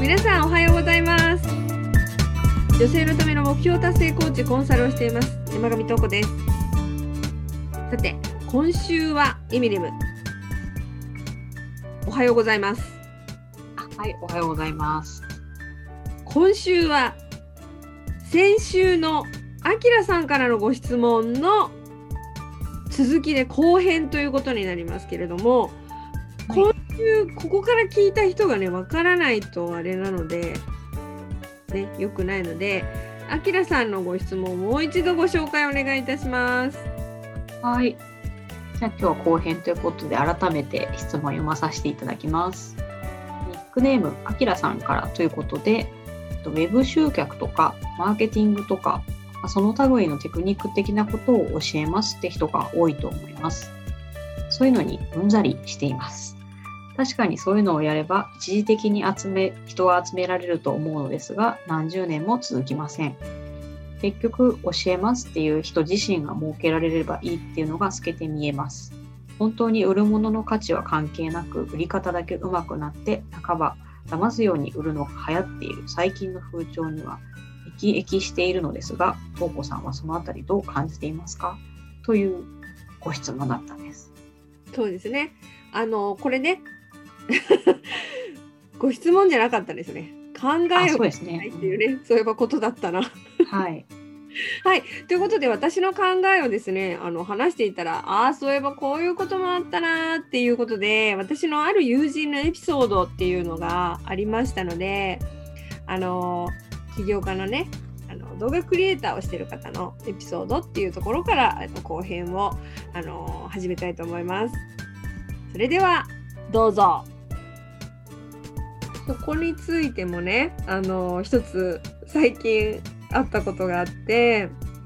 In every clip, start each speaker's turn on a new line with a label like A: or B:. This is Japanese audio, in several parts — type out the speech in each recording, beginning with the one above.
A: 皆さんおはようございます。女性のための目標達成コーチコンサルをしています山上瞳子です。さて、今週はエミリムおはようございます。
B: はい、おはようございます。
A: 今週は先週のあきらさんからのご質問の続きで後編ということになりますけれども、今週ここから聞いた人がねわからないとあれなのでね、良くないので、あきらさんのご質問をもう一度ご紹介お願いいたします。
B: はい。じゃあ今日は後編ということで改めて質問を読まさせていただきます。ニックネームあきらさんからということで、ウェブ集客とかマーケティングとかその類のテクニック的なことを教えますって人が多いと思います。そういうのにうんざりしています。確かにそういうのをやれば一時的に人を集められると思うのですが、何十年も続きません。結局教えますっていう人自身が設けられればいいっていうのが透けて見えます。本当に売るものの価値は関係なく、売り方だけ上手くなって半ば騙すように売るのが流行っている最近の風潮には辟易しているのですが、瞳子さんはそのあたりどう感じていますか？というご質問だったんです。
A: そうですね。これねご質問じゃなかったですね。考えを
B: そうですね。
A: っていうね、そういえばことだったな。
B: はい。
A: はい。ということで、私の考えをですね、話していたら、そういえばこういうこともあったなっていうことで、私のある友人のエピソードっていうのがありましたので、起業家のね、動画クリエイターをしている方のエピソードっていうところから後編を始めたいと思います。それではどうぞ。そこについてもね、一つ最近あったことがあって、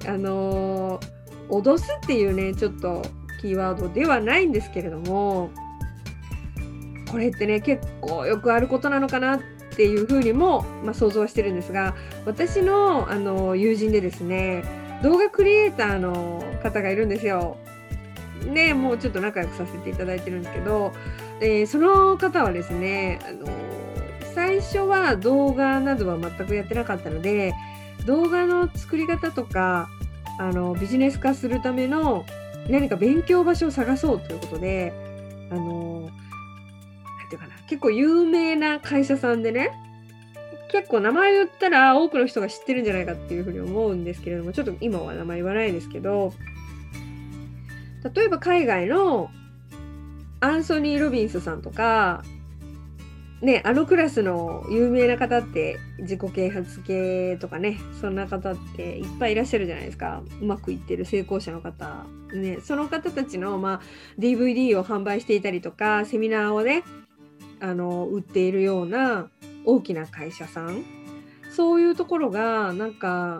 A: 脅すっていうね、ちょっとキーワードではないんですけれども、これってね、結構よくあることなのかなっていうふうにも、想像はしてるんですが、私の、友人でですね、動画クリエイターの方がいるんですよ。ね、もうちょっと仲良くさせていただいてるんですけど、その方はですね、最初は動画などは全くやってなかったので、動画の作り方とかビジネス化するための何か勉強場所を探そうということで、なんていうかな、結構有名な会社さんでね、結構名前言ったら多くの人が知ってるんじゃないかっていうふうに思うんですけれども、ちょっと今は名前言わないですけど、例えば海外のアンソニー・ロビンスさんとかね、クラスの有名な方って自己啓発系とかね、そんな方っていっぱいいらっしゃるじゃないですか。うまくいってる成功者の方、ね、その方たちの、DVD を販売していたりとか、セミナーをね売っているような大きな会社さん、そういうところがなんか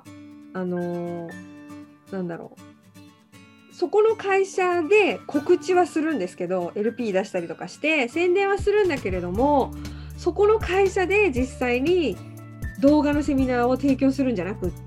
A: なんだろう、そこの会社で告知はするんですけど、 LP 出したりとかして宣伝はするんだけれども、そこの会社で実際に動画のセミナーを提供するんじゃなくって、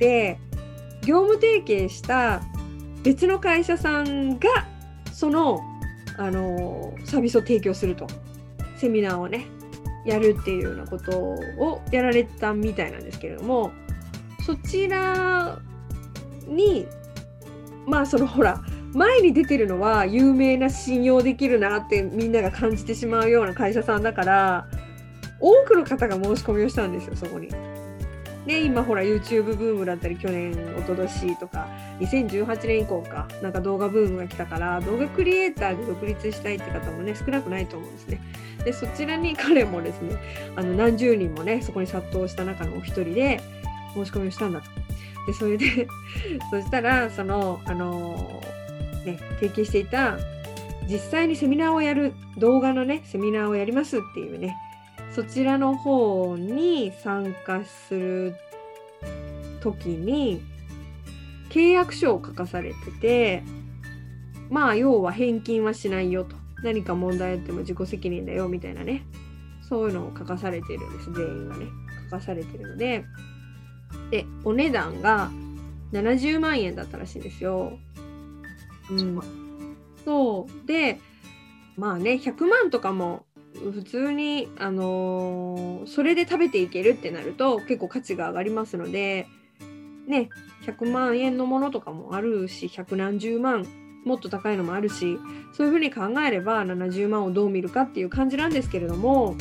A: 業務提携した別の会社さんがその、サービスを提供すると、セミナーをねやるっていうようなことをやられたみたいなんですけれども、そちらにそのほら前に出てるのは有名な信用できるなってみんなが感じてしまうような会社さんだから、多くの方が申し込みをしたんですよ、そこに。で、今ほら YouTube ブームだったり、去年一昨年とか2018年以降かなんか動画ブームが来たから、動画クリエイターで独立したいって方もね少なくないと思うんですね。で、そちらに彼もですね、何十人もねそこに殺到した中のお一人で申し込みをしたんだと。で、それでそしたらその提携していた実際にセミナーをやる動画のねセミナーをやりますっていうね、そちらの方に参加する時に契約書を書かされてて、要は返金はしないよと、何か問題あっても自己責任だよみたいなね、そういうのを書かされてるんです。全員がね書かされてるので、お値段が70万円だったらしいんですよ。そうで、100万とかも普通に、それで食べていけるってなると結構価値が上がりますので、ね、100万円のものとかもあるし、100何十万、もっと高いのもあるし、そういうふうに考えれば70万をどう見るかっていう感じなんですけれども、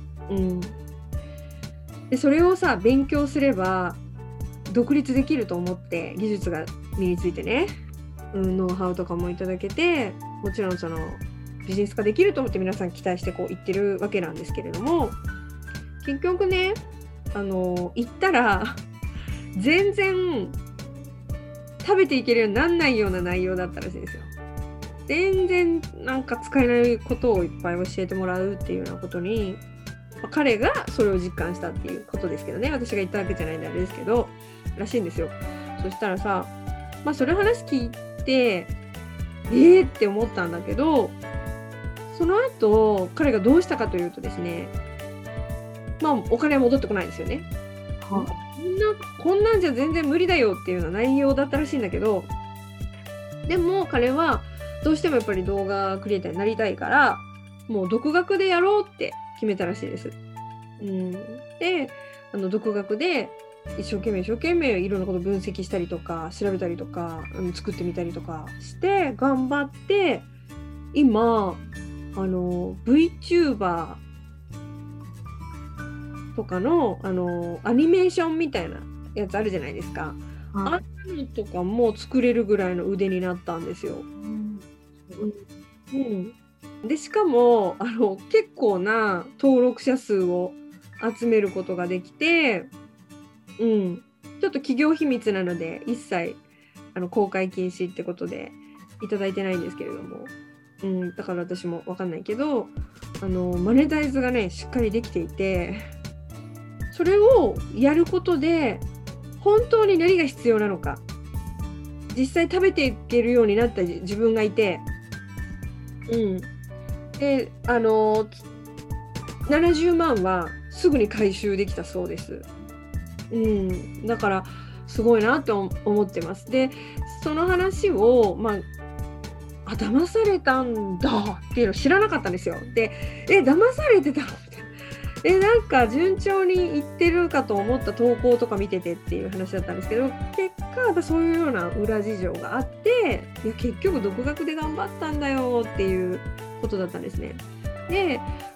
A: でそれをさ、勉強すれば独立できると思って、技術が身についてね、ノウハウとかもいただけて、もちろんそのビジネス化できると思って皆さん期待してこう言ってるわけなんですけれども、結局ね、言ったら全然食べていけるようになんないような内容だったらしいんですよ。全然なんか使えないことをいっぱい教えてもらうっていうようなことに、彼がそれを実感したっていうことですけどね、私が言ったわけじゃないんであれですけど、らしいんですよ。そしたらさ、それ話聞いてって思ったんだけど、その後彼がどうしたかというとですね、お金は戻ってこないんですよね。こんなんじゃ全然無理だよっていうような内容だったらしいんだけど、でも彼はどうしてもやっぱり動画クリエイターになりたいから、もう独学でやろうって決めたらしいです。で、独学で一生懸命いろんなこと分析したりとか調べたりとか、作ってみたりとかして頑張って、今VTuber とかのアニメーションみたいなやつあるじゃないですか。あんなのとかも作れるぐらいの腕になったんですよ。でしかも結構な登録者数を集めることができて、ちょっと企業秘密なので一切公開禁止ってことでいただいてないんですけれども、だから私も分かんないけど、マネタイズがねしっかりできていて、それをやることで本当に何が必要なのか、実際食べていけるようになった自分がいて、で70万はすぐに回収できたそうです。だからすごいなと思ってます。でその話を騙されたんだっていうのを知らなかったんですよ。で騙されてたのみたいな、なんか順調にいってるかと思った投稿とか見ててっていう話だったんですけど、結果そういうような裏事情があって、結局独学で頑張ったんだよっていうことだったんですね。で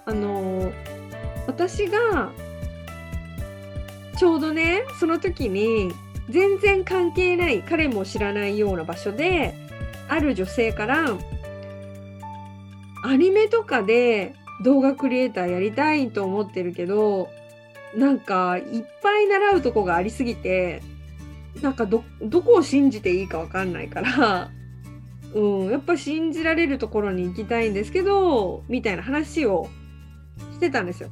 A: 私がちょうどねその時に全然関係ない、彼も知らないような場所である女性からアニメとかで動画クリエイターやりたいと思ってるけど、なんかいっぱい習うとこがありすぎて、なんかどこを信じていいか分かんないからやっぱ信じられるところに行きたいんですけどみたいな話をしてたんですよ。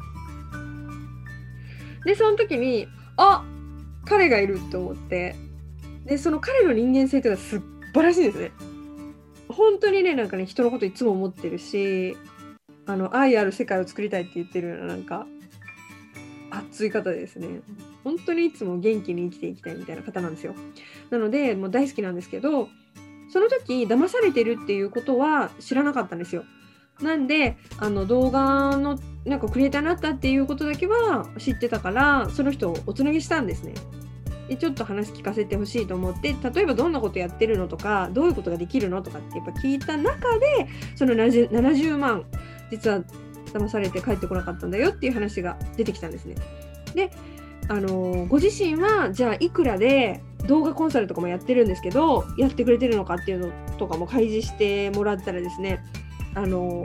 A: でその時に彼がいると思って、でその彼の人間性っていうのは素晴らしいですね。本当にね、なんかね、人のこといつも思ってるし、愛ある世界を作りたいって言ってるような、なんか熱い方ですね。本当にいつも元気に生きていきたいみたいな方なんですよ。なのでもう大好きなんですけど、その時騙されてるっていうことは知らなかったんですよ。なんで動画のなんかクリエイターになったっていうことだけは知ってたから、その人をおつなぎしたんですね。でちょっと話聞かせてほしいと思って、例えばどんなことやってるのとか、どういうことができるのとかってやっぱ聞いた中で、その70万実は騙されて帰ってこなかったんだよっていう話が出てきたんですね。でご自身はじゃあいくらで動画コンサルとかもやってるんですけど、やってくれてるのかっていうのとかも開示してもらったらですね、ア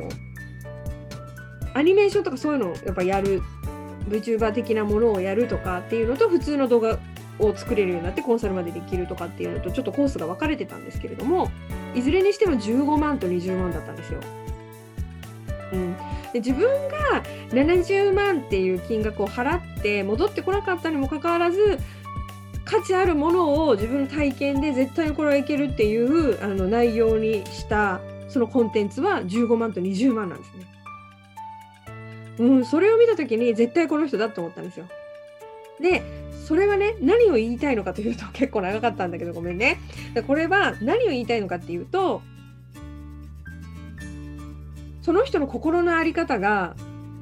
A: ニメーションとかそういうのをやっぱやる VTuber 的なものをやるとかっていうのと、普通の動画を作れるようになってコンサルまでできるとかっていうのとちょっとコースが分かれてたんですけれども、いずれにしても15万と20万だったんですよ。で自分が70万っていう金額を払って戻ってこなかったにもかかわらず、価値あるものを自分の体験で絶対にこれはいけるっていう内容にしたそのコンテンツは15万と20万なんですね。それを見た時に絶対この人だと思ったんですよ。でそれはね、何を言いたいのかというと、結構長かったんだけどごめんね。これは何を言いたいのかっていうと、その人の心の在り方が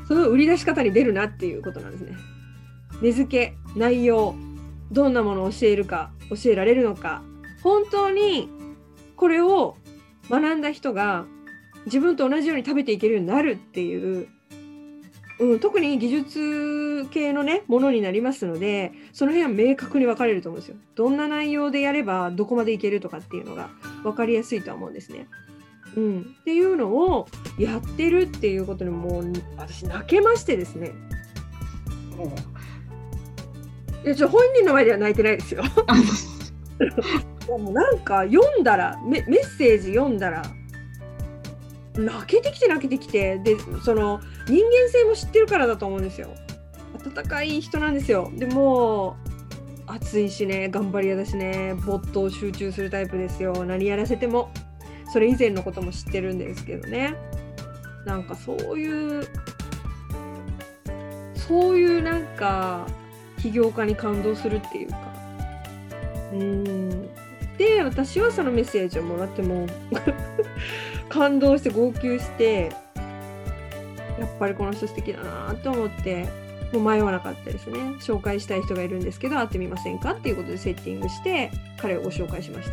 A: その売り出し方に出るなっていうことなんですね。値付け、内容、どんなものを教えるか、教えられるのか、本当にこれを学んだ人が自分と同じように食べていけるようになるっていう、特に技術系のねものになりますので、その辺は明確に分かれると思うんですよ。どんな内容でやればどこまでいけるとかっていうのが分かりやすいとは思うんですね。っていうのをやってるっていうことにもう私泣けましてですね。本人の前では泣いてないですよ。もうなんか読んだらメッセージ読んだら泣けてきて、でその人間性も知ってるからだと思うんですよ。温かい人なんですよ。でも熱いしね、頑張り屋だしね、没頭集中するタイプですよ。何やらせても。それ以前のことも知ってるんですけどね。なんかそういうなんか起業家に感動するっていうか、で私はそのメッセージをもらっても感動して号泣して、やっぱりこの人素敵だなと思って、もう迷わなかったですね。紹介したい人がいるんですけど会ってみませんかっていうことでセッティングして彼をご紹介しました。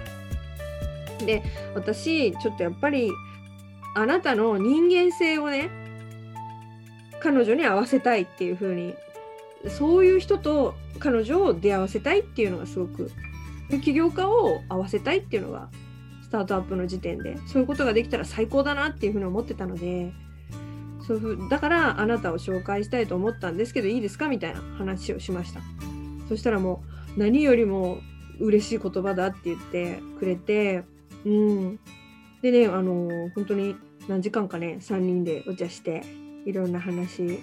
A: で、私ちょっとやっぱりあなたの人間性をね彼女に合わせたいっていう風に、そういう人と彼女を出会わせたいっていうのがすごく、起業家を合わせたいっていうのがスタートアップの時点で、そういうことができたら最高だなっていう風に思ってたので、だからあなたを紹介したいと思ったんですけどいいですかみたいな話をしました。そしたらもう何よりも嬉しい言葉だって言ってくれて、でね、本当に何時間かね3人でお茶していろんな話して、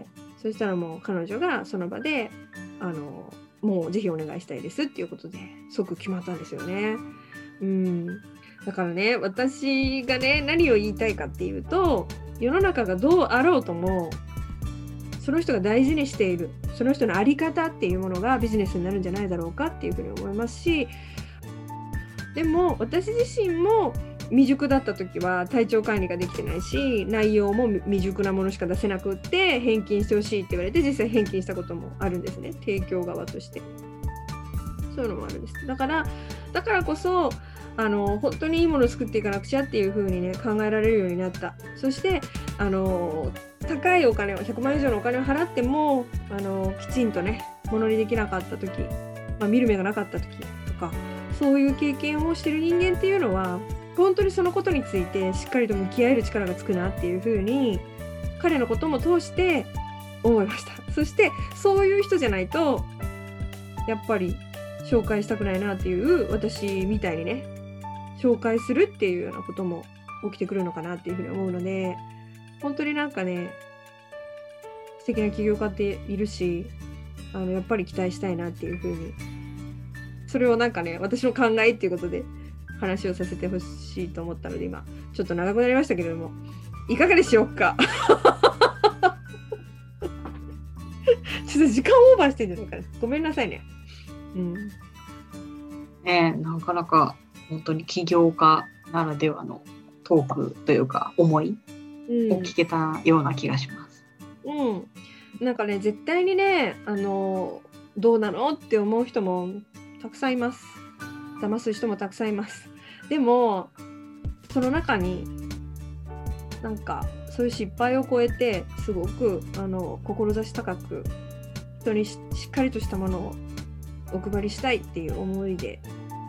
A: そしたらもう彼女がその場でもうぜひお願いしたいですっていうことで即決まったんですよね。だからね、私がね何を言いたいかっていうと、世の中がどうあろうともその人が大事にしているその人の在り方っていうものがビジネスになるんじゃないだろうかっていうふうに思いますし、でも私自身も未熟だった時は体調管理ができてないし、内容も未熟なものしか出せなくって返金してほしいって言われて実際返金したこともあるんですね、提供側として。そういうのもあるんです。だからこそ本当にいいものを作っていかなくちゃっていう風にね考えられるようになった。そして高いお金を100万以上のお金を払ってもきちんとねものにできなかった時、見る目がなかった時とか、そういう経験をしている人間っていうのは本当にそのことについてしっかりと向き合える力がつくなっていう風に彼のことも通して思いました。そしてそういう人じゃないとやっぱり紹介したくないなっていう、私みたいにね紹介するっていうようなことも起きてくるのかなっていうふうに思うので、本当になんかね素敵な起業家っているし、やっぱり期待したいなっていうふうに、それをなんかね私の考えっていうことで話をさせてほしいと思ったので、今ちょっと長くなりましたけれどもいかがでしょうかちょっと時間オーバーしてるのかな、ごめんなさいね。
B: なかなか本当に起業家ならではのトークというか思いを聞けたような気がします。
A: なんかね絶対にねどうなのって思う人もたくさんいます。騙す人もたくさんいます。でもその中になんかそういう失敗を超えてすごく志高く人にしっかりとしたものをお配りしたいっていう思いで、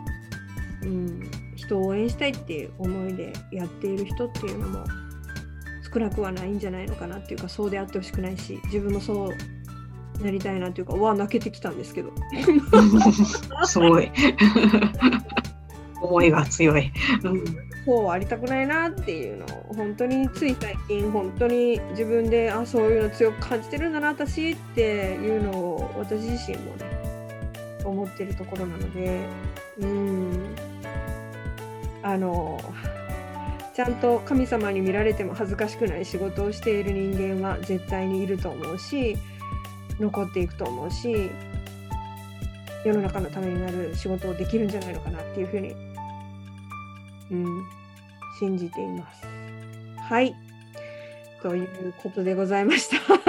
A: 人を応援したいっていう思いでやっている人っていうのも少なくはないんじゃないのかなっていうか、そうであってほしくないし自分もそうなりたいなっていうか、泣けてきたんですけど
B: すごい思いが強い
A: そうありたくないなっていうのを本当につい最近本当に自分でそういうの強く感じてるんだな私っていうのを私自身もね思ってるところなので、ちゃんと神様に見られても恥ずかしくない仕事をしている人間は絶対にいると思うし残っていくと思うし、世の中のためになる仕事をできるんじゃないのかなっていうふうに信じています。はい。 ということでございました。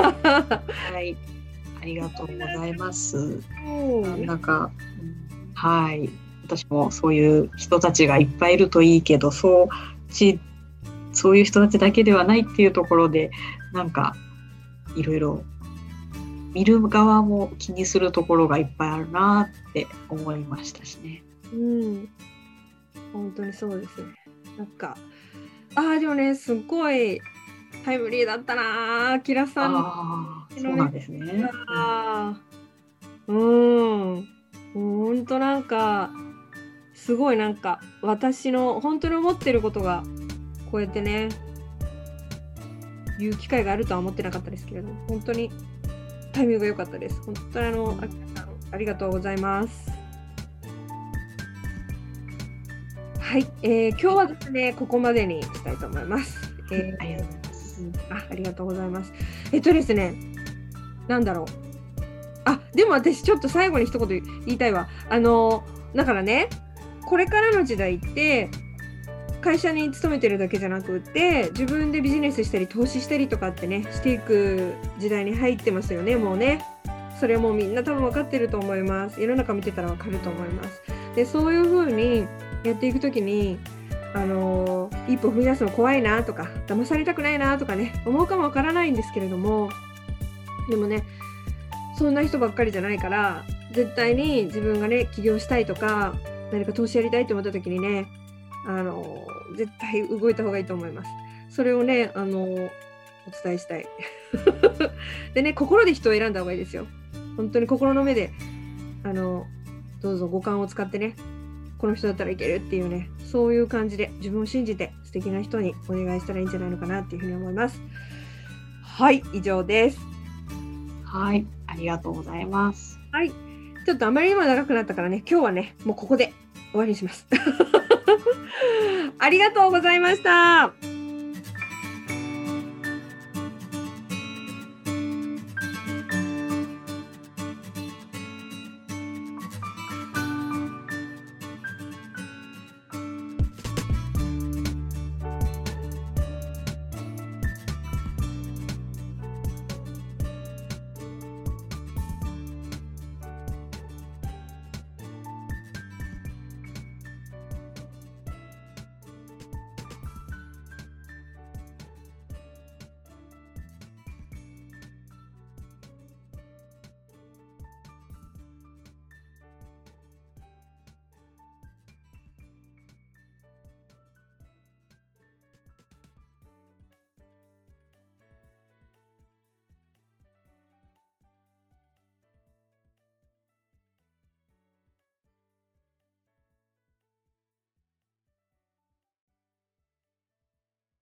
B: はい、ありがとうございます。なんか、はい、私もそういう人たちがいっぱいいるといいけど、そういう人たちだけではないっていうところで、なんかいろいろ見る側も気にするところがいっぱいあるなって思いましたしね。
A: 本当にそうですね。なんかでもね、すっごいタイムリーだったな、あきらさんの。
B: そうなんですね。
A: 本当なんかすごいなんか私の本当に思ってることがこうやってね言う機会があるとは思ってなかったですけれども、本当にタイミングが良かったです。本当にあきらさんありがとうございます。はい、今日はですねここまでにしたいと思います。ありがとうございます。ですね、なんだろう。でも私ちょっと最後に一言言いたいわ。だからね、これからの時代って会社に勤めてるだけじゃなくって自分でビジネスしたり投資したりとかってねしていく時代に入ってますよね。もうね、それはもうみんな多分分かってると思います。世の中見てたら分かると思います。で、そういう風にやっていくときに一歩踏み出すの怖いなとか騙されたくないなとかね思うかもわからないんですけれども、でもねそんな人ばっかりじゃないから絶対に自分がね起業したいとか何か投資やりたいと思った時にね絶対動いた方がいいと思います。それをねお伝えしたいでね、心で人を選んだ方がいいですよ。本当に心の目でどうぞ五感を使ってね、この人だったらいけるっていうね、そういう感じで自分を信じて素敵な人にお願いしたらいいんじゃないのかなっていうふうに思います。はい、以上です。
B: はい、ありがとうございます。
A: はい、ちょっとあまりにも長くなったからね、今日はねもうここで終わりにします。ありがとうございました。